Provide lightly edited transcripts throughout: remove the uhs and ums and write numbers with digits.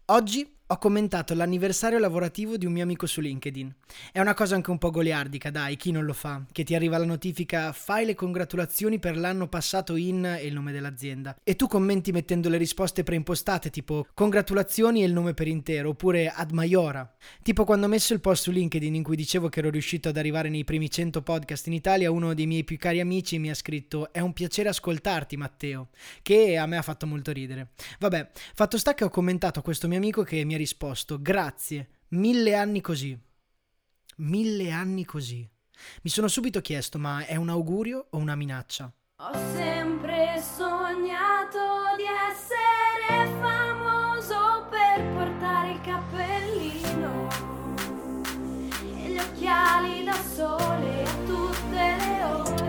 Oggi ho commentato l'anniversario lavorativo di un mio amico su LinkedIn. È una cosa anche un po' goliardica, dai, chi non lo fa? Che ti arriva la notifica "fai le congratulazioni per l'anno passato in" e il nome dell'azienda. E tu commenti mettendo le risposte preimpostate, tipo "congratulazioni" e il nome per intero, oppure "ad maiora". Tipo quando ho messo il post su LinkedIn in cui dicevo che ero riuscito ad arrivare nei primi 100 podcast in Italia, uno dei miei più cari amici mi ha scritto "è un piacere ascoltarti, Matteo", che a me ha fatto molto ridere. Vabbè, fatto sta che ho commentato a questo mio amico che mi ha risposto "grazie, 1000 anni così". 1000 anni così. Mi sono subito chiesto, ma è un augurio o una minaccia? Ho sempre sognato di essere famoso per portare il cappellino e gli occhiali da sole a tutte le ore.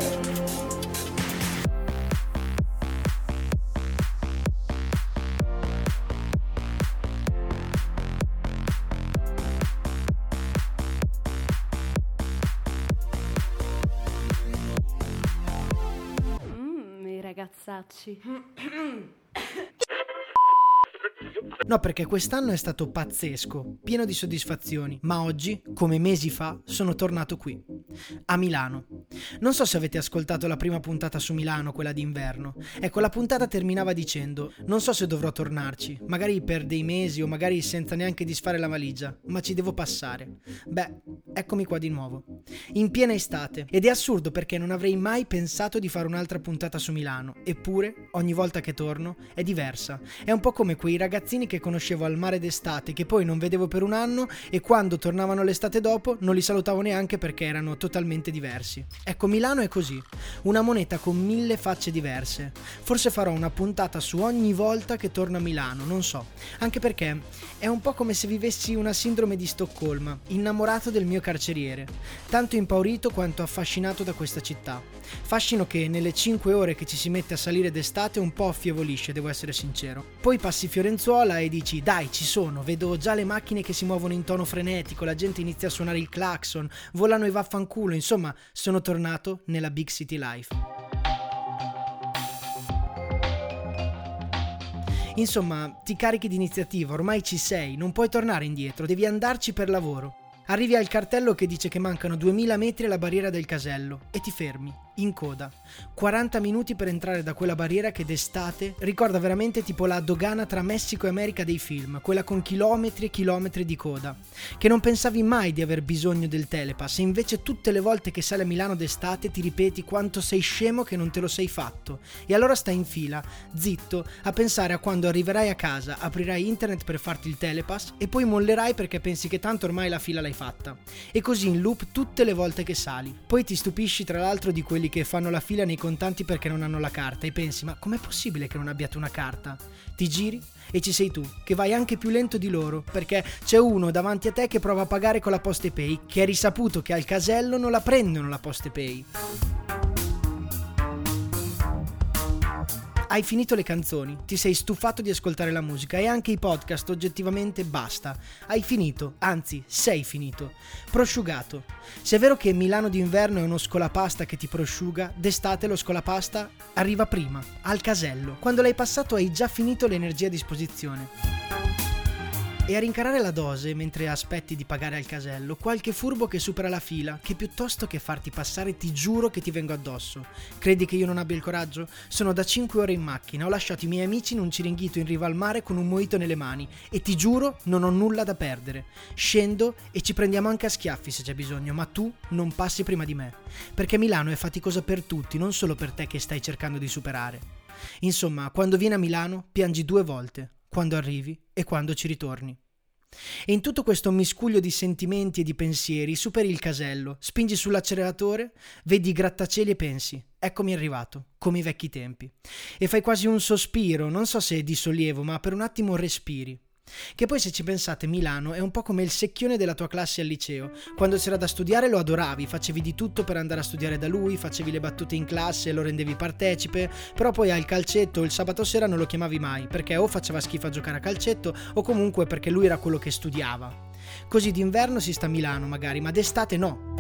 Ragazzacci. No, perché quest'anno è stato pazzesco, pieno di soddisfazioni, ma oggi, come mesi fa, sono tornato qui, a Milano. Non so se avete ascoltato la prima puntata su Milano, quella d'inverno. Ecco, la puntata terminava dicendo "non so se dovrò tornarci, magari per dei mesi o magari senza neanche disfare la valigia, ma ci devo passare". Beh, eccomi qua di nuovo, in piena estate, ed è assurdo perché non avrei mai pensato di fare un'altra puntata su Milano, eppure ogni volta che torno è diversa. È un po' come quei ragazzini che conoscevo al mare d'estate che poi non vedevo per un anno e quando tornavano l'estate dopo non li salutavo neanche perché erano totalmente diversi. Ecco, Milano è così, una moneta con 1000 facce diverse. Forse farò una puntata su ogni volta che torno a Milano, non so, anche perché è un po' come se vivessi una sindrome di Stoccolma, innamorato del mio carceriere, tanto impaurito quanto affascinato da questa città. Fascino che nelle 5 ore che ci si mette a salire d'estate un po' affievolisce, devo essere sincero. Poi passi Fiorenzuola e dici "dai, ci sono, vedo già le macchine che si muovono in tono frenetico, la gente inizia a suonare il clacson, volano e vaffanculo", insomma, sono tornato nella big city life. Insomma, ti carichi di iniziativa, ormai ci sei, non puoi tornare indietro, devi andarci per lavoro. Arrivi al cartello che dice che mancano 2000 metri alla barriera del casello e ti fermi, in coda. 40 minuti per entrare da quella barriera che d'estate ricorda veramente tipo la dogana tra Messico e America dei film, quella con chilometri e chilometri di coda. Che non pensavi mai di aver bisogno del telepass e invece tutte le volte che sali a Milano d'estate ti ripeti quanto sei scemo che non te lo sei fatto. E allora stai in fila, zitto, a pensare a quando arriverai a casa, aprirai internet per farti il telepass e poi mollerai perché pensi che tanto ormai la fila l'hai fatta. E così in loop tutte le volte che sali. Poi ti stupisci tra l'altro di quelli che fanno la fila nei contanti perché non hanno la carta e pensi "ma com'è possibile che non abbiate una carta?". Ti giri e ci sei tu, che vai anche più lento di loro perché c'è uno davanti a te che prova a pagare con la Postepay, che è risaputo che al casello non la prendono la Postepay. Hai finito le canzoni, ti sei stufato di ascoltare la musica e anche i podcast oggettivamente basta. Hai finito, anzi sei finito. Prosciugato. Se è vero che Milano d'inverno è uno scolapasta che ti prosciuga, d'estate lo scolapasta arriva prima, al casello. Quando l'hai passato hai già finito l'energia a disposizione. E a rincarare la dose mentre aspetti di pagare al casello, qualche furbo che supera la fila, che piuttosto che farti passare ti giuro che ti vengo addosso. Credi che io non abbia il coraggio? Sono da 5 ore in macchina, ho lasciato i miei amici in un ciringhito in riva al mare con un mojito nelle mani e ti giuro non ho nulla da perdere. Scendo e ci prendiamo anche a schiaffi se c'è bisogno, ma tu non passi prima di me. Perché Milano è faticosa per tutti, non solo per te che stai cercando di superare. Insomma, quando vieni a Milano piangi 2 volte. Quando arrivi e quando ci ritorni. E in tutto questo miscuglio di sentimenti e di pensieri superi il casello, spingi sull'acceleratore, vedi i grattacieli e pensi "eccomi arrivato", come i vecchi tempi. E fai quasi un sospiro, non so se di sollievo, ma per un attimo respiri. Che poi se ci pensate Milano è un po' come il secchione della tua classe al liceo. Quando c'era da studiare lo adoravi, facevi di tutto per andare a studiare da lui, facevi le battute in classe e lo rendevi partecipe, però poi al calcetto il sabato sera non lo chiamavi mai perché o faceva schifo a giocare a calcetto o comunque perché lui era quello che studiava. Così d'inverno si sta a Milano magari, ma d'estate no.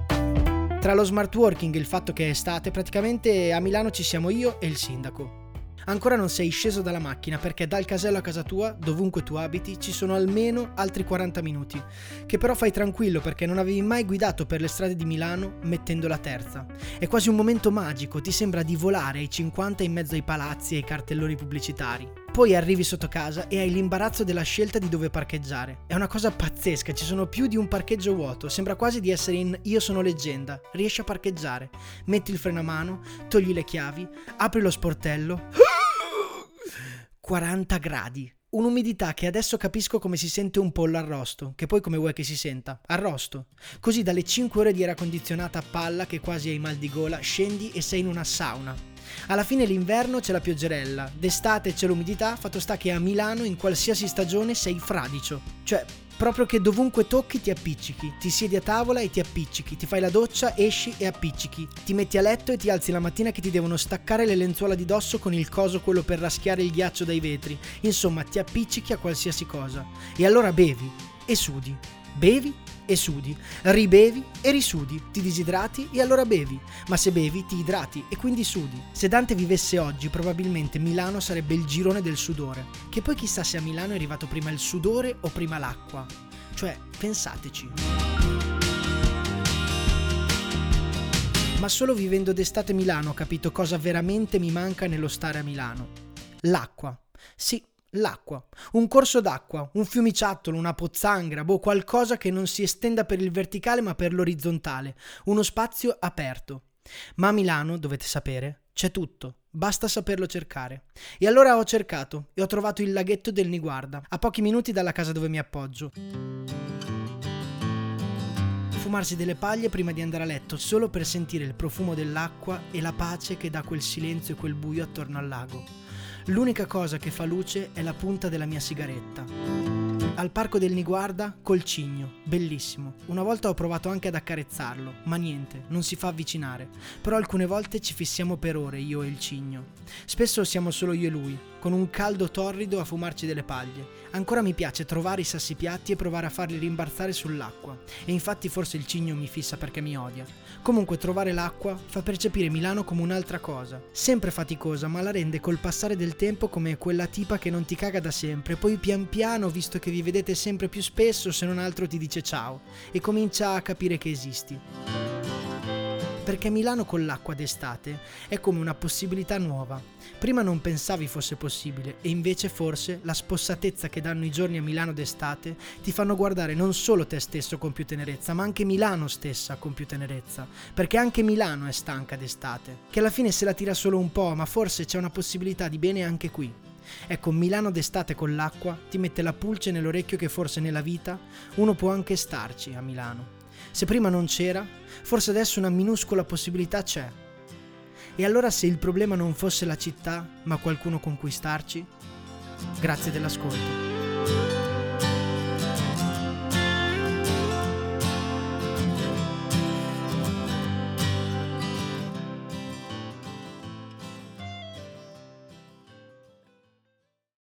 Tra lo smart working e il fatto che è estate, praticamente a Milano ci siamo io e il sindaco. Ancora non sei sceso dalla macchina perché dal casello a casa tua, dovunque tu abiti, ci sono almeno altri 40 minuti, che però fai tranquillo perché non avevi mai guidato per le strade di Milano mettendo la terza. È quasi un momento magico, ti sembra di volare ai 50 in mezzo ai palazzi e ai cartelloni pubblicitari. Poi arrivi sotto casa e hai l'imbarazzo della scelta di dove parcheggiare. È una cosa pazzesca, ci sono più di un parcheggio vuoto, sembra quasi di essere in Io sono leggenda. Riesci a parcheggiare, metti il freno a mano, togli le chiavi, apri lo sportello. 40 gradi. Un'umidità che adesso capisco come si sente un pollo arrosto, che poi come vuoi che si senta? Arrosto. Così dalle 5 ore di aria condizionata a palla che quasi hai mal di gola, scendi e sei in una sauna. Alla fine l'inverno c'è la pioggerella, d'estate c'è l'umidità, fatto sta che a Milano in qualsiasi stagione sei fradicio. Cioè, proprio che dovunque tocchi ti appiccichi, ti siedi a tavola e ti appiccichi, ti fai la doccia, esci e appiccichi, ti metti a letto e ti alzi la mattina che ti devono staccare le lenzuola di dosso con il coso quello per raschiare il ghiaccio dai vetri. Insomma, ti appiccichi a qualsiasi cosa. E allora bevi e sudi, bevi e sudi, ribevi e risudi, ti disidrati e allora bevi, ma se bevi ti idrati e quindi sudi. Se Dante vivesse oggi probabilmente Milano sarebbe il girone del sudore, che poi chissà se a Milano è arrivato prima il sudore o prima l'acqua, cioè pensateci. Ma solo vivendo d'estate a Milano ho capito cosa veramente mi manca nello stare a Milano. L'acqua, sì. L'acqua, un corso d'acqua, un fiumiciattolo, una pozzanghera, qualcosa che non si estenda per il verticale ma per l'orizzontale, uno spazio aperto. Ma a Milano, dovete sapere, c'è tutto, basta saperlo cercare. E allora ho cercato e ho trovato il laghetto del Niguarda, a pochi minuti dalla casa dove mi appoggio. Fumarsi delle paglie prima di andare a letto solo per sentire il profumo dell'acqua e la pace che dà quel silenzio e quel buio attorno al lago. L'unica cosa che fa luce è la punta della mia sigaretta. Al parco del Niguarda col cigno, bellissimo. Una volta ho provato anche ad accarezzarlo, ma niente, non si fa avvicinare. Però alcune volte ci fissiamo per ore io e il cigno. Spesso siamo solo io e lui, con un caldo torrido a fumarci delle paglie. Ancora mi piace trovare i sassi piatti e provare a farli rimbalzare sull'acqua. E infatti forse il cigno mi fissa perché mi odia. Comunque trovare l'acqua fa percepire Milano come un'altra cosa. Sempre faticosa, ma la rende col passare del tempo come quella tipa che non ti caga da sempre. Poi pian piano, visto che vi vedete sempre più spesso, se non altro ti dice ciao. E comincia a capire che esisti. Perché Milano con l'acqua d'estate è come una possibilità nuova. Prima non pensavi fosse possibile e invece forse la spossatezza che danno i giorni a Milano d'estate ti fanno guardare non solo te stesso con più tenerezza, ma anche Milano stessa con più tenerezza, perché anche Milano è stanca d'estate, che alla fine se la tira solo un po', ma forse c'è una possibilità di bene anche qui. Ecco, Milano d'estate con l'acqua ti mette la pulce nell'orecchio che forse nella vita uno può anche starci a Milano. Se prima non c'era, forse adesso una minuscola possibilità c'è. E allora se il problema non fosse la città, ma qualcuno con cui starci? Grazie dell'ascolto.